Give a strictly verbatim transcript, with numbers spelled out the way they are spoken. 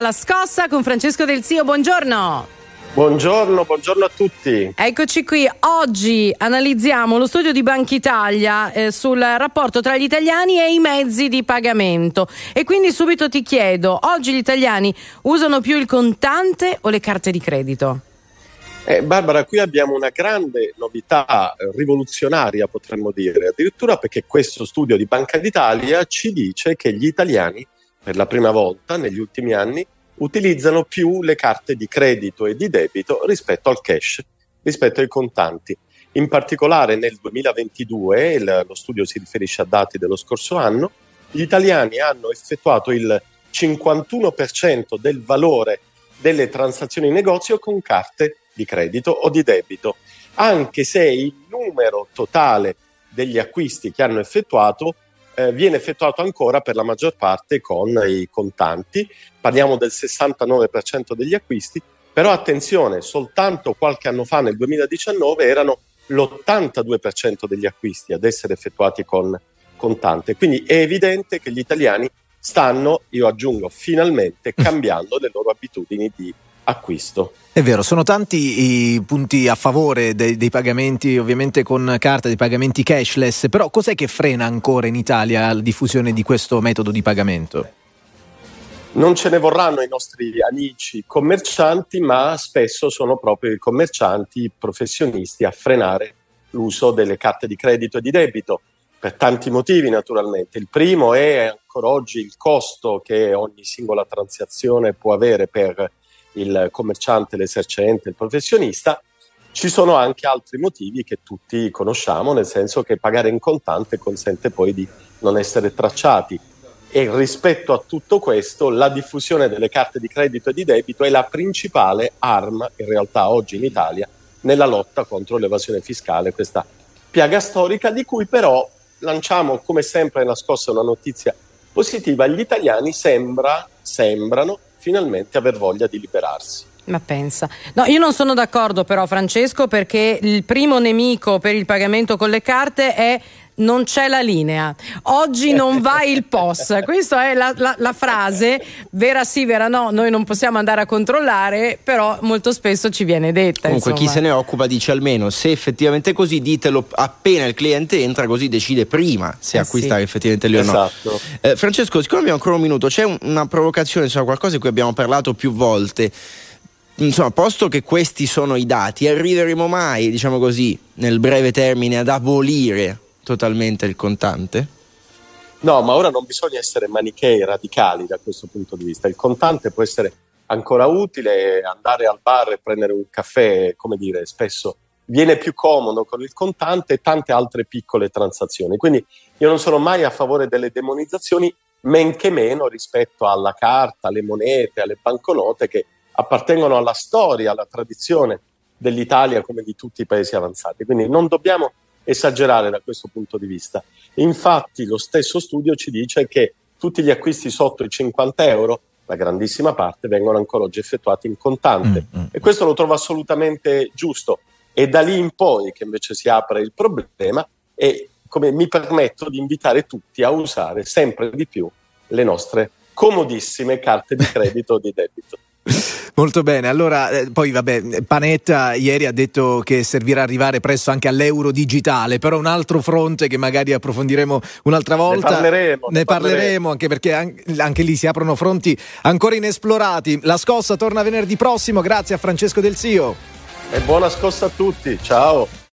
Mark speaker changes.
Speaker 1: La scossa con Francesco Del Zio, buongiorno.
Speaker 2: Buongiorno, buongiorno a tutti.
Speaker 1: Eccoci qui, oggi analizziamo lo studio di Banca Italia eh, sul rapporto tra gli italiani e i mezzi di pagamento e quindi subito ti chiedo, oggi gli italiani usano più il contante o le carte di credito?
Speaker 2: Eh, Barbara, qui abbiamo una grande novità eh, rivoluzionaria, potremmo dire, addirittura perché questo studio di Banca d'Italia ci dice che gli italiani per la prima volta negli ultimi anni utilizzano più le carte di credito e di debito rispetto al cash, rispetto ai contanti. In particolare nel duemilaventidue, il, lo studio si riferisce a dati dello scorso anno, gli italiani hanno effettuato il cinquantuno per cento del valore delle transazioni in negozio con carte di credito o di debito, anche se il numero totale degli acquisti che hanno effettuato Eh, viene effettuato ancora per la maggior parte con i contanti, parliamo del sessantanove per cento degli acquisti, però attenzione, soltanto qualche anno fa, nel duemiladiciannove, erano l'ottantadue per cento degli acquisti ad essere effettuati con contante, quindi è evidente che gli italiani stanno, io aggiungo, finalmente cambiando le loro abitudini di acquisto.
Speaker 3: È vero, sono tanti i punti a favore dei, dei pagamenti ovviamente con carta, dei pagamenti cashless, però cos'è che frena ancora in Italia la diffusione di questo metodo di pagamento?
Speaker 2: Non ce ne vorranno i nostri amici commercianti, ma spesso sono proprio i commercianti professionisti a frenare l'uso delle carte di credito e di debito, per tanti motivi naturalmente. Il primo è ancora oggi il costo che ogni singola transazione può avere per il commerciante, l'esercente, il professionista. Ci sono anche altri motivi che tutti conosciamo, nel senso che pagare in contante consente poi di non essere tracciati, e rispetto a tutto questo la diffusione delle carte di credito e di debito è la principale arma in realtà oggi in Italia nella lotta contro l'evasione fiscale, questa piaga storica di cui però lanciamo come sempre nella scorsa una notizia positiva: gli italiani sembra, sembrano finalmente aver voglia di liberarsi.
Speaker 1: Ma pensa. No, io non sono d'accordo però, Francesco, perché il primo nemico per il pagamento con le carte è non c'è la linea. Oggi non va il P O S. Questa è la, la, la frase, vera sì, vera no, noi non possiamo andare a controllare, però molto spesso ci viene detta.
Speaker 4: Comunque
Speaker 1: insomma.
Speaker 4: Chi se ne occupa dice almeno se effettivamente è così, ditelo appena il cliente entra, così decide prima se
Speaker 1: eh
Speaker 4: acquistare
Speaker 1: sì.
Speaker 4: effettivamente lì o no.
Speaker 2: Esatto.
Speaker 4: Eh, Francesco, siccome abbiamo ancora un minuto, c'è un, una provocazione, insomma, qualcosa di cui abbiamo parlato più volte. Insomma, posto che questi sono i dati, arriveremo mai, diciamo così, nel breve termine ad abolire totalmente il contante?
Speaker 2: No, ma ora non bisogna essere manichei radicali da questo punto di vista. Il contante può essere ancora utile, andare al bar e prendere un caffè, come dire, spesso viene più comodo con il contante, e tante altre piccole transazioni. Quindi io non sono mai a favore delle demonizzazioni, men che meno rispetto alla carta, alle monete, alle banconote, che appartengono alla storia, alla tradizione dell'Italia come di tutti i paesi avanzati. Quindi non dobbiamo esagerare da questo punto di vista. Infatti lo stesso studio ci dice che tutti gli acquisti sotto i cinquanta euro, la grandissima parte, vengono ancora oggi effettuati in contante, mm-hmm. e questo lo trovo assolutamente giusto. E da lì in poi che invece si apre il problema, e come mi permetto di invitare tutti a usare sempre di più le nostre comodissime carte di credito o di debito.
Speaker 3: Molto bene, allora eh, poi vabbè, Panetta ieri ha detto che servirà arrivare presto anche all'euro digitale, però un altro fronte che magari approfondiremo un'altra volta.
Speaker 2: Ne parleremo,
Speaker 3: ne
Speaker 2: ne
Speaker 3: parleremo,
Speaker 2: parleremo
Speaker 3: anche perché anche, anche lì si aprono fronti ancora inesplorati. La scossa torna venerdì prossimo, grazie a Francesco Del Zio.
Speaker 2: E buona scossa a tutti, ciao.